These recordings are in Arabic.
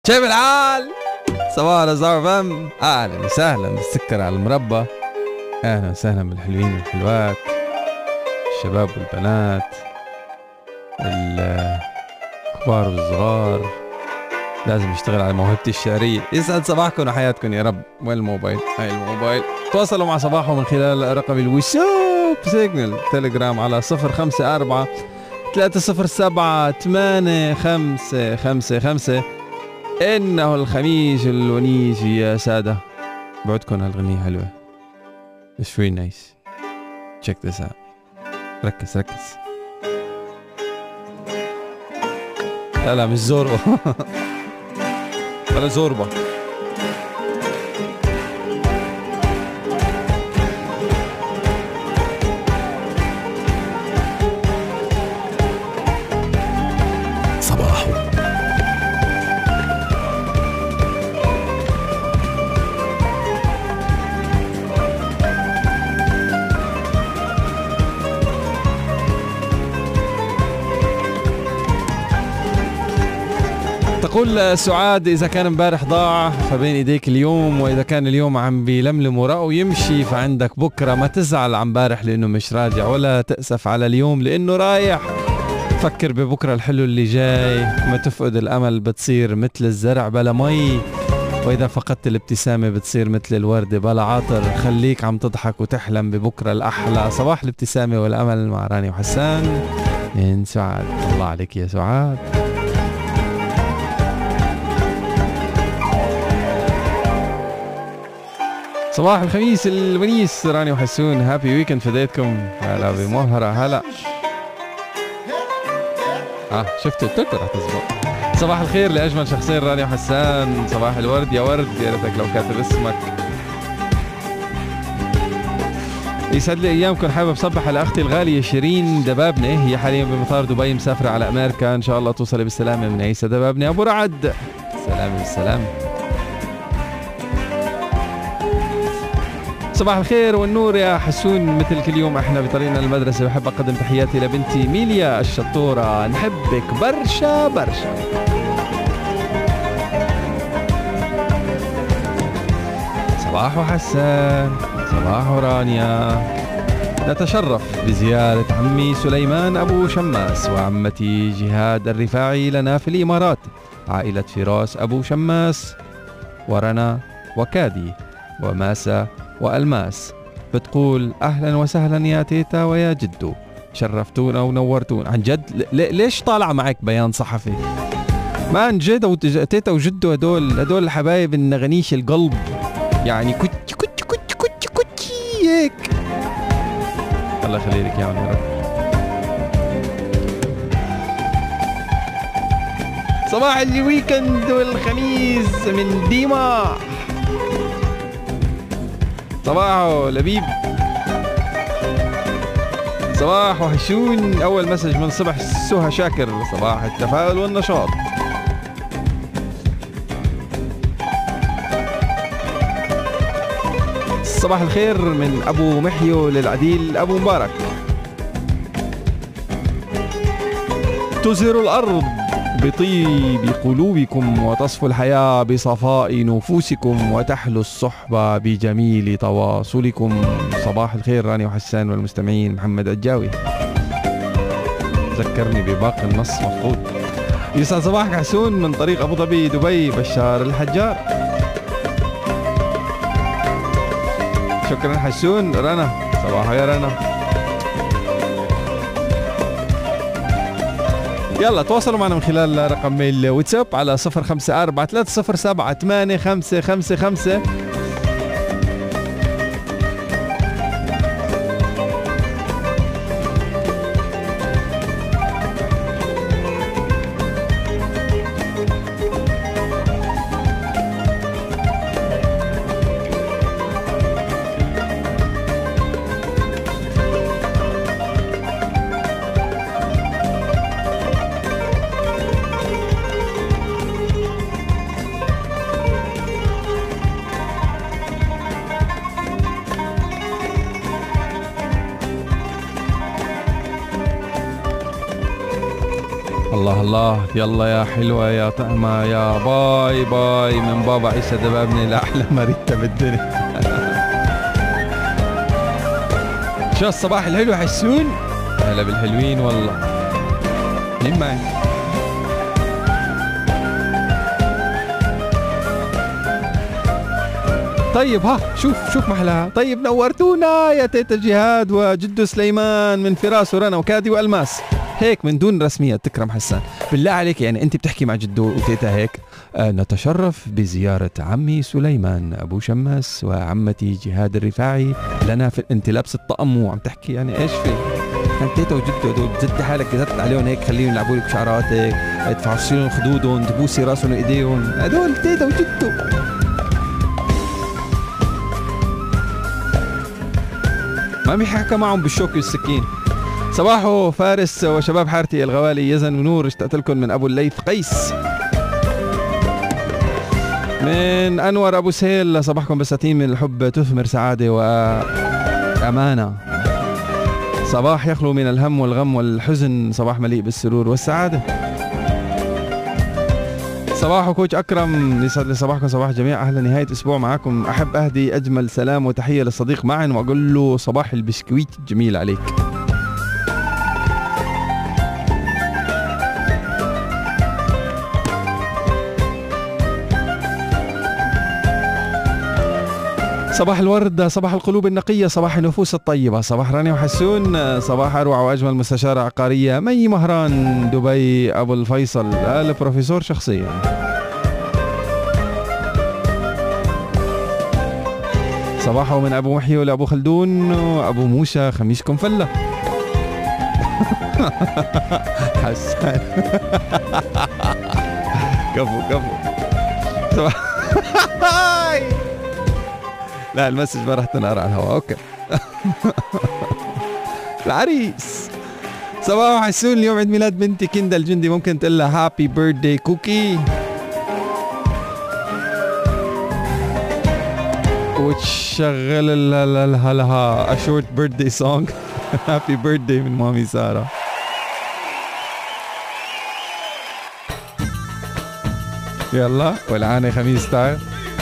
كيف الحال؟ صباح الأزهار فم. أهلا وسهلا بالسكر على المربى. أهلا وسهلا بالحلوين والحلوات، الشباب والبنات، الكبار والصغار. لازم اشتغل على موهبتي الشعرية. يسعد صباحكم وحياتكم يا رب. وين الموبايل؟ هاي الموبايل. تواصلوا مع صباحو من خلال رقم الواتساب سيجنال تليجرام على 054 307 8555. إنه الخميس الونيس يا سادة. بعدكم هالغنية حلوة. It's very nice. Check this out. ركز. لا مش زوربا. ولا زوربا. تقول سعاد: إذا كان امبارح ضاع فبين إيديك اليوم، وإذا كان اليوم عم بيلملم وراءه ويمشي فعندك بكرة. ما تزعل عن امبارح لأنه مش راجع، ولا تأسف على اليوم لأنه رايح. فكر ببكرة الحلو اللي جاي. ما تفقد الأمل بتصير مثل الزرع بلا مي، وإذا فقدت الابتسامة بتصير مثل الوردة بلا عطر. خليك عم تضحك وتحلم ببكرة الأحلى. صباح الابتسامة والأمل مع راني وحسان من سعاد. الله عليك يا سعاد. صباح الخميس الونيس راني وحسون. هابي ويكند فديتكم. هلا بمهرة. هلا شفت قلت لكم رح تزبط. صباح الخير لأجمل شخصين راني وحسان. صباح الورد يا ورد. يا ريتك لو كاتب اسمك. يسعد لي ايامكم. حابب صبح على اختي الغاليه شيرين دبابنه، هي حاليا بمطار دبي مسافره على امريكا. ان شاء الله توصلي بالسلامه من عيسى دبابنه ابو رعد. سلام بالسلام. صباح الخير والنور يا حسون. مثل كل يوم احنا بطريقنا للمدرسه. بحب اقدم تحياتي لبنتي ميليا الشطوره. نحبك برشا برشا. صباح حسان. صباح رانيا. نتشرف بزيارة عمي سليمان أبو شماس وعمتي جهاد الرفاعي لنا في الإمارات. عائلة فراس أبو شماس ورنا وكادي وماسة وألماس بتقول: أهلا وسهلا يا تيتا ويا جدو، شرفتونا ونورتونا. عن جد ليش طالع معك بيان صحفي؟ ما عن جد. تيتا وجدو هدول الحبايب النغنيش القلب، يعني كتش هيك. الله يخلي لك اياهم يا رب. صباح الويكند والخميس من ديما. صباحو لبيب. صباح وحشون. اول مسج من صبح سهى شاكر. صباح التفاؤل والنشاط. صباح الخير من ابو محيو للعديل ابو مبارك. تزهر الارض بطيب قلوبكم وتصفو الحياة بصفاء نفوسكم وتحلو الصحبة بجميل تواصلكم. صباح الخير راني وحسان والمستمعين. محمد عجاوي. ذكرني بباقي النص مفقود. يسعد صباحك حسون من طريق أبو ظبي دبي. بشار الحجار. شكرا حسون. رنا صباح يا رنا. يلا تواصلوا معنا من خلال رقم الواتساب على 054 307 8555. الله يلا يا حلوة يا طعمة يا باي باي من بابا عيشة دبابني لأحلى مريتة بالدنيا. شو الصباح الحلو حسون؟ هلا بالحلوين والله. مين معي؟ طيب ها شوف محلاها. طيب نورتونا يا تيتا جهاد وجدو سليمان من فراس ورنا وكادي والماس هيك من دون رسميات. تكرم حسان بالله عليك، يعني انت بتحكي مع جدو وتيتا هيك. نتشرف بزيارة عمي سليمان ابو شماس وعمتي جهاد الرفاعي لنا في انت لابس الطقم وعم تحكي يعني ايش في تيتا وجدو هدول زدت حالك زدت عليهم هيك خليهم يلعبوا لك شعراتك تفعصي لهم خدودهم تبوسي راسهم وايديهم هدول تيتا وجدو. ما بيحكى معهم بالشوك والسكين. صباحو فارس وشباب حارتي الغوالي يزن ونور، اشتقت لكم من ابو الليث قيس. من انور ابو سهيل صباحكم بساتين من الحب تثمر سعاده وامانه. صباح يخلو من الهم والغم والحزن، صباح مليء بالسرور والسعاده. صباح كوتش أكرم، يسعد لي صباحكم صباح جميع أهلا نهاية أسبوع معاكم. أحب أهدي أجمل سلام وتحية للصديق معن وأقول له صباح البسكويت الجميل عليك. صباح الورد، صباح القلوب النقية، صباح النفوس الطيبة، صباح رانيا وحسون، صباح أروع وأجمل مستشارة عقارية مي مهران دبي أبو الفيصل البروفيسور شخصيا. صباحه من أبو محي لأبو خلدون وأبو موسى، خميسكم فلة. حسان كفو لا المسج ما راح تنقر على الهواء. اوكي. العريس صباح حسون، اليوم عيد ميلاد بنتي كندا الجندي، ممكن تقول لها هابي بيرثداي كوكي وتشغل لها a short birthday song. هابي بيرثداي من مامي سارة. يلا والعانة خميس تعال.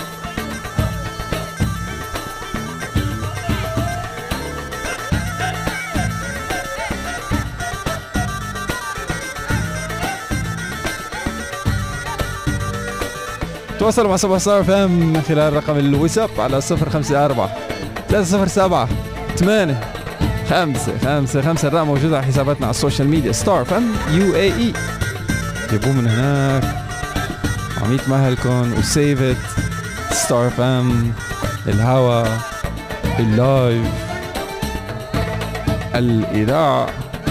تواصلوا مع صباح صار فهم من خلال رقم الواتساب على 054 307 8 5 5. الرقم موجود على حساباتنا على السوشيال ميديا ستار فهم UAE. جيبوه من هناك عم يتمهلكن وسيف ات ستار فهم الهوا اللايف الإذاعة.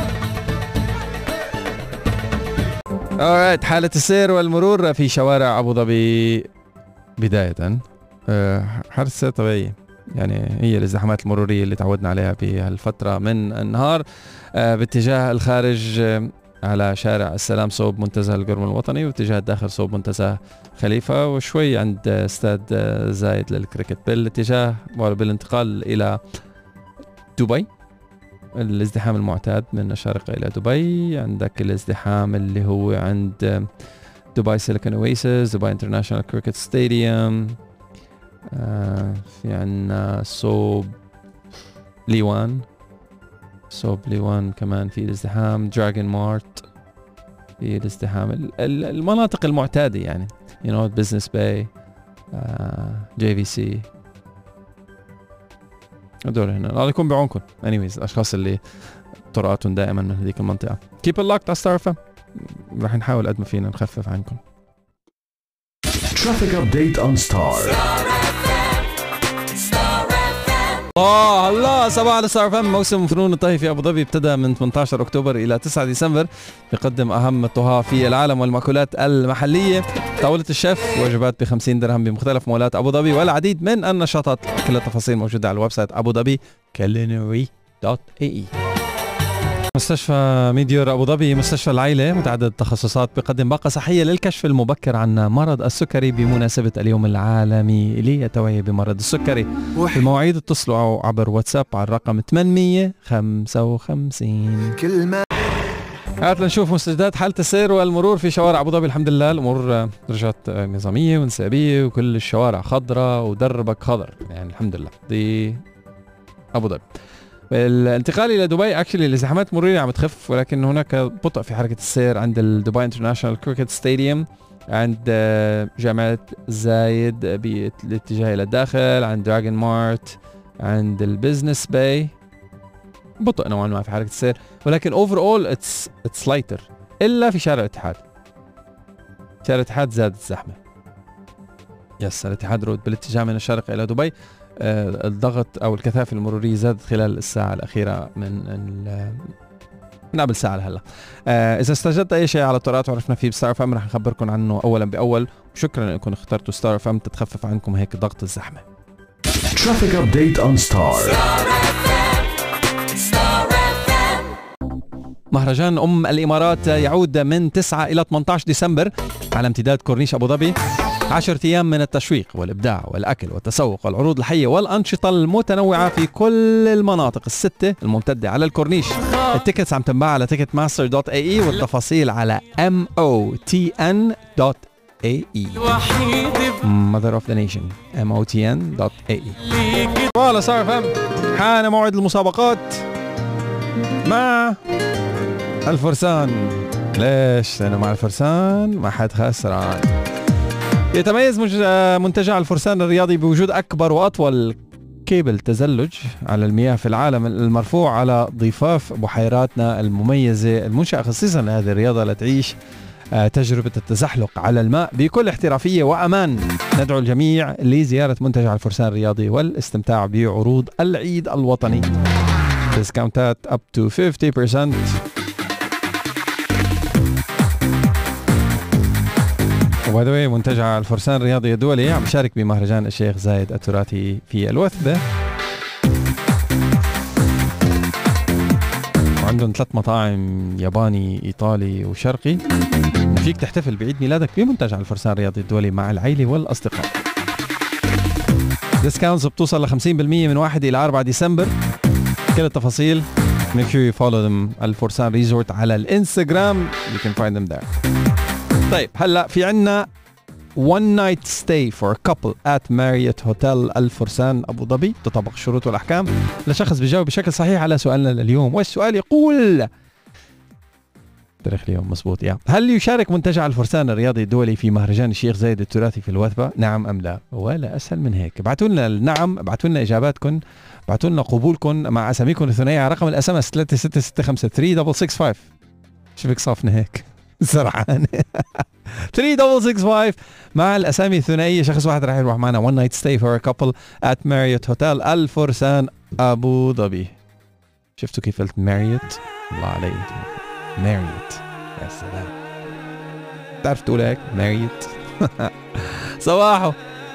alright. حالة السير والمرور في شوارع أبو ظبي بداية حرصة طبيعية، يعني هي الازدحامات المرورية اللي تعودنا عليها بهالفترة من النهار باتجاه الخارج على شارع السلام صوب منتزه القرم الوطني، واتجاه الداخل صوب منتزه خليفة، وشوي عند استاد زايد للكريكت. بالاتجاه بالانتقال إلى دبي الازدحام المعتاد من الشارقة إلى دبي. عندك الازدحام اللي هو عند دبي سيليكون اويسيس، دبي انترناشونال كريكت ستاديوم، في عنا صوب ليوان كمان في الازدحام، دراجون مارت في الازدحام، المناطق المعتادة يعني بزنس باي، JVC، هدول هنا. الله يكون بعونكم. anyways الاشخاص اللي طرقاتهم دائما من هذيك المنطقه. keep it locked على ستار FM، رح نحاول قد ما فينا نخفف عنكم. traffic update on Star. الله صباح على ستار FM. موسم فنون الطهي في ابو ظبي ابتدى من 18 اكتوبر الى 9 ديسمبر، بيقدم اهم الطهاة في العالم والمأكولات المحليه. طاولة الشيف وجبات ب50 درهم بمختلف مولات ابو ظبي والعديد من النشاطات. كل التفاصيل موجوده على الويب سايت abudabiculinary.ae. مستشفى ميديور ابو ظبي مستشفى العائله متعدد التخصصات، بقدم باقه صحيه للكشف المبكر عن مرض السكري بمناسبه اليوم العالمي للتوعيه بمرض السكري. المواعيد اتصلوا عبر واتساب على الرقم 855. هات لنشوف مستجدات حالة السير والمرور في شوارع أبو ظبي. الحمد لله الأمور رجعت نظامية وانسيابية وكل الشوارع خضراء ودربك خضر يعني الحمد لله. دي أبو ظبي. الانتقال إلى دبي اكشلي الازدحامات المرورية عم تخف، ولكن هناك بطء في حركة السير عند الدبي انترناشونال كريكت ستاديوم، عند جامعة زايد بالاتجاه إلى الداخل، عند دراجون مارت، عند البزنس باي. بطء نوعا ما في حركة السير، ولكن اوفر اتس لايتر الا في شارع الاتحاد. شارع الاتحاد زادت الزحمة. يس الاتحاد رود بالاتجاه من الشرق الى دبي الضغط او الكثافة المرورية زادت خلال الساعة الأخيرة من قبل ساعة لهلا. إذا استجدت أي شيء على الطرقات وعرفنا فيه بستار اف ام رح نخبركم عنه أولا بأول. وشكرا لكم اخترتوا ستار اف ام تتخفف عنكم هيك ضغط الزحمة. Traffic update on Star. مهرجان الإمارات يعود من 9 إلى 18 ديسمبر على امتداد كورنيش أبو ظبي. 10 أيام من التشويق والإبداع والأكل والتسوق والعروض الحية والأنشطة المتنوعة في كل المناطق الستة الممتدة على الكورنيش. التيكتس عم تنباع على ticketmaster.ae والتفاصيل على motn.ae. Mother of the Nation motn.ae. والله صار فهم حان موعد المسابقات مع الفرسان. ليش؟ لأنه مع الفرسان ما حد خسران. يتميز منتجع الفرسان الرياضي بوجود أكبر وأطول كيبل تزلج على المياه في العالم المرفوع على ضفاف بحيراتنا المميزة المنشأة خصيصا لهذه الرياضة لتعيش تجربة التزحلق على الماء بكل احترافية وأمان. ندعو الجميع لزيارة منتجع الفرسان الرياضي والاستمتاع بعروض العيد الوطني. ديسكاونتات up to 50%. وباي ذا واي منتجع الفرسان الرياضي الدولي عم يشارك بمهرجان الشيخ زايد التراثي في الوثبة، وعندهم 3 مطاعم ياباني ايطالي وشرقي. فيك تحتفل بعيد ميلادك بمنتجع الفرسان الرياضي الدولي مع العائلة والأصدقاء. ديسكاونتس بتوصل ل 50% من 1 إلى 4 ديسمبر. كل التفاصيل make sure you follow them الفرسان ريزورت على الانستغرام. you can find them there. طيب هلا في عنا one night stay for a couple at Marriott Hotel الفرسان أبو ظبي. تطبق الشروط والأحكام لشخص بيجاوب بشكل صحيح على سؤالنا لليوم، والسؤال يقول تاريخ اليوم مزبوط يا هل يشارك منتجع الفرسان الرياضي الدولي في مهرجان الشيخ زايد التراثي في الوثبة؟ نعم أم لا؟ ولا أسهل من هيك. ابعتوا لنا النعم، ابعتوا لنا إجاباتكم، ابعتوا لنا قبولكم مع أساميكم الثنائية على رقم الأسمس 3665. شبك صافنا هيك سرعان 3665 مع الأسامي الثنائية. شخص واحد راح يروح معنا one night stay for a couple at Marriott Hotel الفرسان أبو ظبي. شفتوا كيف قلت ماريوت؟ الله علي ماريوت، يا سلام. تعرف تقول هيك ماريوت؟ صباحو.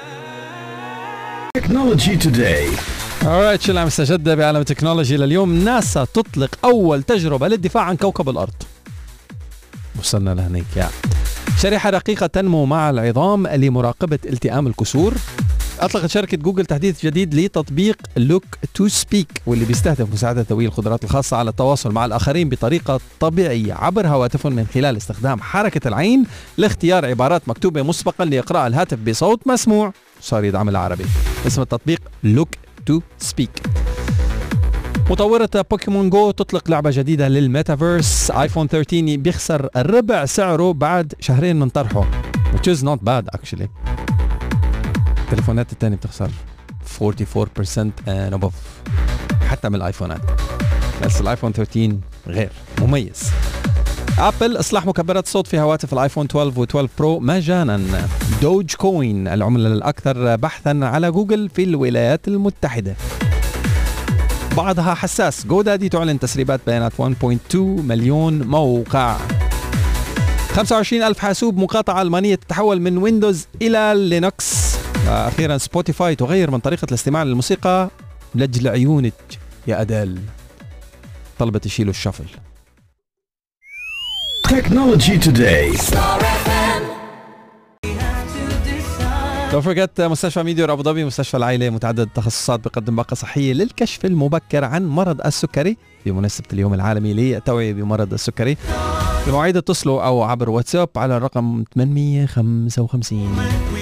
Technology today. alright شو اللي عم يستجد بعالم التكنولوجي لليوم؟ ناسا تطلق أول تجربة للدفاع عن كوكب الأرض. وصلنا لهنيك يا شريحة رقيقة تنمو مع العظام لمراقبة التئام الكسور. أطلقت شركة جوجل تحديث جديد لتطبيق لوك تو سبيك، واللي بيستهدف مساعدة ذوي القدرات الخاصة على التواصل مع الآخرين بطريقة طبيعية عبر هواتفهم من خلال استخدام حركة العين لاختيار عبارات مكتوبة مسبقا لإقراء الهاتف بصوت مسموع. صار يدعم العربي. اسم التطبيق لوك تو سبيك. مطورة بوكيمون جو تطلق لعبة جديدة للميتافيرس. ايفون 13 بيخسر ربع سعره بعد 2 شهور من طرحه which is not bad actually. التليفونات الثانية بتخسر 44% and above حتى من الايفونات، بس الايفون 13 غير مميز. ابل اصلاح مكبرات الصوت في هواتف الايفون 12 و12 برو مجانا. دوج كوين العملة الاكثر بحثا على جوجل في الولايات المتحدة. بعضها حساس. جودادي تعلن تسريبات بيانات 1.2 مليون موقع. 25,000 حاسوب مقاطعة ألمانية تتحول من ويندوز إلى لينكس. أخيرا سبوتيفاي تغير من طريقة الاستماع للموسيقى لأجل عيونك يا أديل. طلبت يشيلوا الشفل. Technology today. Don't forget مستشفى ميديور أبو ظبي مستشفى العائلة متعدد التخصصات، بقدم باقة صحية للكشف المبكر عن مرض السكري بمناسبة اليوم العالمي للتوعية بمرض السكري. بمواعيد اتصلوا أو عبر واتساب على الرقم 855.